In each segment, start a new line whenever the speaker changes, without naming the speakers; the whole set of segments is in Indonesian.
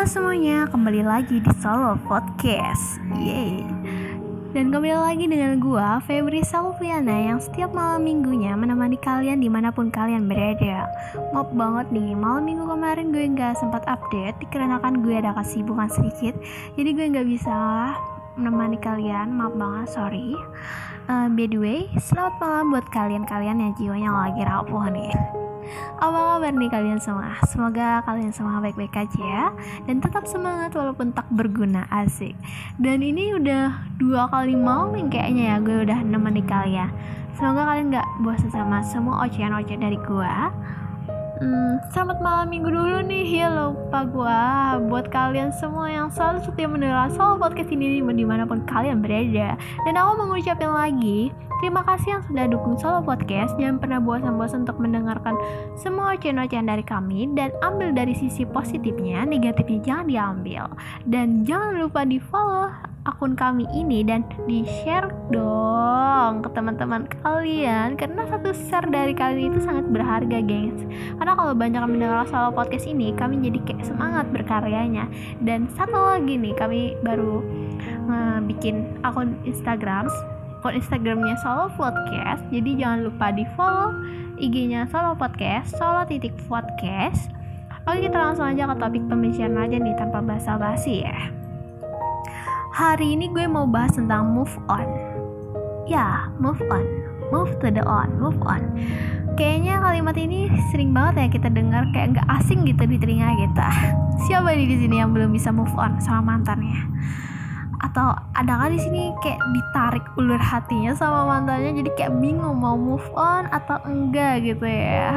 Halo semuanya, kembali lagi di Solo Podcast. Yeay. Dan kembali lagi dengan gua, Febri Salviana, yang setiap malam minggunya menemani kalian dimanapun kalian berada. Maaf banget nih, malam minggu kemarin gue gak sempat update dikarenakan gue ada kesibukan sedikit. Jadi gue gak bisa menemani kalian, maaf banget, sorry. By the way, selamat malam buat kalian-kalian yang jiwanya lagi rapuh nih. Apa kabar nih kalian semua? Semoga kalian semua baik-baik aja dan tetap semangat walaupun tak berguna, asik. Dan ini udah 2 kali malam kayaknya ya gue udah nemeni kalian. Semoga kalian gak bosan sama semua ocehan-ocehan dari gue. Selamat malam minggu dulu nih. Ya lupa gue buat kalian semua yang selalu setia mendengar Solo Podcast ini dimanapun kalian berada. Dan aku mengucapkan lagi terima kasih yang sudah dukung Solo Podcast. Jangan pernah bosan-bosan untuk mendengarkan semua ocehan-ocehan dari kami. Dan ambil dari sisi positifnya, negatifnya jangan diambil. Dan jangan lupa di follow akun kami ini dan di share dong ke teman-teman kalian. Karena satu share dari kalian itu sangat berharga, gengs. Karena kalau banyak mendengar Solo Podcast ini, kami jadi kayak semangat berkaryanya. Dan satu lagi nih, kami baru bikin akun Instagramnya Solo Podcast. Jadi jangan lupa di follow IG-nya Solo Podcast, Solo.podcast. Oke, kita langsung aja ke topik pembicaraan aja nih tanpa basa-basi ya. Hari ini gue mau bahas tentang move on. Ya, move on, move to the move on. Kayaknya kalimat ini sering banget ya kita dengar, kayak nggak asing gitu di telinga kita. Siapa nih di sini yang belum bisa move on sama mantannya? Atau adakah di sini kayak ditarik ulur hatinya sama mantannya, jadi kayak bingung mau move on atau enggak gitu ya?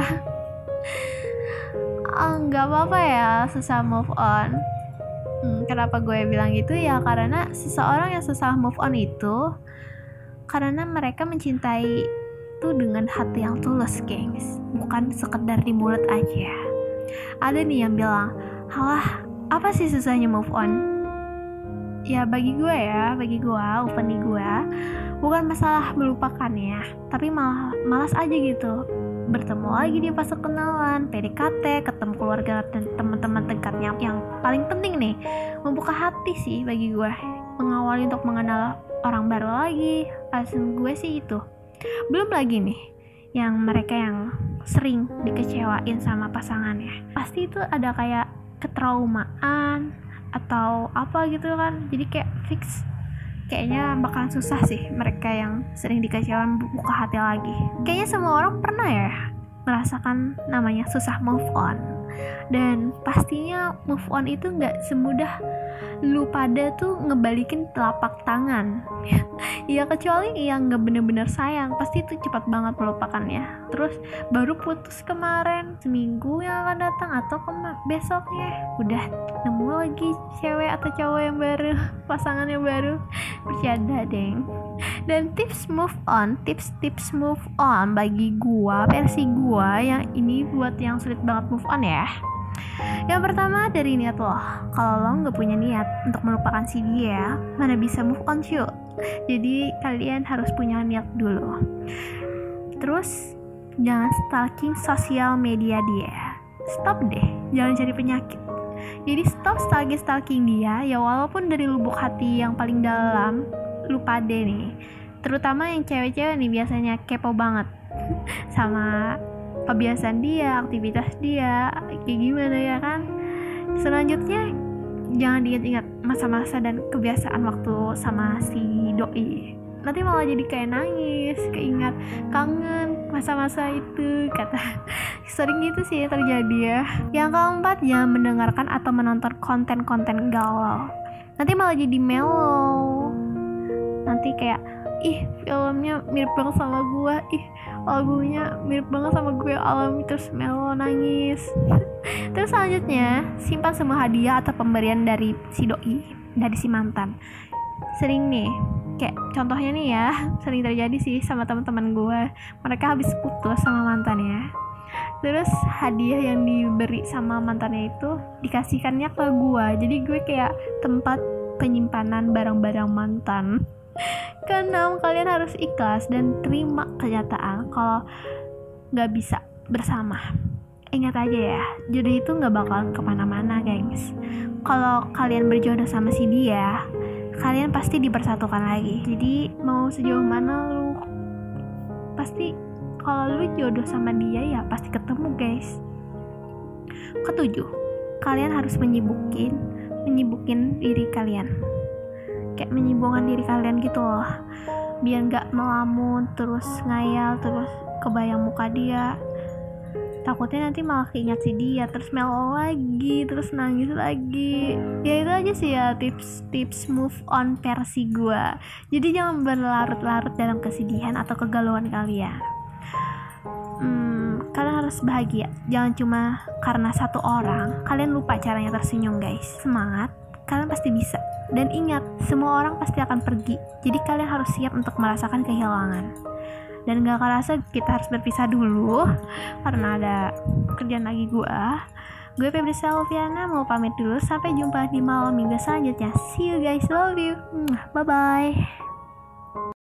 Enggak apa-apa ya susah move on. Kenapa gue bilang gitu ya? Karena seseorang yang susah move on itu karena mereka mencintai itu dengan hati yang tulus, gengs, bukan sekedar di mulut aja. Ada nih yang bilang, halah, apa sih susahnya move on? Ya bagi gue, opini gue, bukan masalah melupakannya, tapi malas aja gitu bertemu lagi di fase kenalan, PDKT, ketemu keluarga dan teman-teman dekatnya. Yang paling penting nih, membuka hati sih bagi gue, mengawali untuk mengenal orang baru lagi. Alasan gue sih itu. Belum lagi nih yang mereka yang sering dikecewain sama pasangannya, pasti itu ada kayak ketraumaan atau apa gitu kan. Jadi kayak fix kayaknya bakalan susah sih mereka yang sering dikecewain buka hati lagi. Kayaknya semua orang pernah ya merasakan namanya susah move on. Dan pastinya move on itu gak semudah lu pada tuh ngebalikin telapak tangan. Ya kecuali yang gak bener-bener sayang, pasti itu cepat banget melupakannya. Terus baru putus kemarin, seminggu yang akan datang atau besoknya udah nemu lagi cewek atau cowok yang baru, pasangan yang baru. Bercanda deng. Dan tips move on bagi gua, versi gua yang ini buat yang sulit banget move on ya. Yang pertama dari niat lo. Kalau lo gak punya niat untuk melupakan si dia, mana bisa move on cuy. Jadi kalian harus punya niat dulu. Terus jangan stalking sosial media dia. Stop deh, jangan jadi penyakit. Jadi stop stalking dia. Ya walaupun dari lubuk hati yang paling dalam, lu pade nih, terutama yang cewek-cewek nih biasanya kepo banget sama kebiasaan dia, aktivitas dia, kayak gimana ya kan. Selanjutnya jangan diingat-ingat masa-masa dan kebiasaan waktu sama si doi. Nanti malah jadi kayak nangis, keingat kangen masa-masa itu, kata. Sering gitu sih terjadi ya. Yang keempat, jangan mendengarkan atau menonton konten-konten galau. Nanti malah jadi mellow. Nanti kayak, ih filmnya mirip banget sama gue, ih lagunya mirip banget sama gue, alami, terus melo nangis. Terus selanjutnya, simpan semua hadiah atau pemberian dari si doi, dari si mantan. Sering nih, kayak contohnya nih ya, sering terjadi sih sama teman-teman gue. Mereka habis putus sama mantannya, terus hadiah yang diberi sama mantannya itu dikasihkannya ke gue. Jadi gue kayak tempat penyimpanan barang-barang mantan. Keenam, kalian harus ikhlas dan terima kenyataan kalau gak bisa bersama. Ingat aja ya, jodoh itu gak bakal kemana-mana, gengs. kalau kalian berjodoh sama si dia, kalian pasti dipersatukan lagi. Jadi mau sejauh mana lu, pasti kalau lu jodoh sama dia ya pasti ketemu guys. Ketujuh, kalian harus menyibukkan diri kalian, kayak menyibukkan diri kalian gitu loh, biar gak melamun terus ngayal terus kebayang muka dia. Takutnya nanti malah keingat si dia, terus melo lagi, terus nangis lagi. Ya itu aja sih ya tips move on versi gue. Jadi jangan berlarut-larut dalam kesedihan atau kegalauan kalian. Kalian harus bahagia, jangan cuma karena satu orang kalian lupa caranya tersenyum guys. Semangat, kalian pasti bisa. Dan ingat, semua orang pasti akan pergi. Jadi kalian harus siap untuk merasakan kehilangan. Dan gak kerasa kita harus berpisah dulu karena ada kerjaan lagi gue Febri Salviana mau pamit dulu. Sampai jumpa di malam minggu selanjutnya. See you guys, love you, bye bye.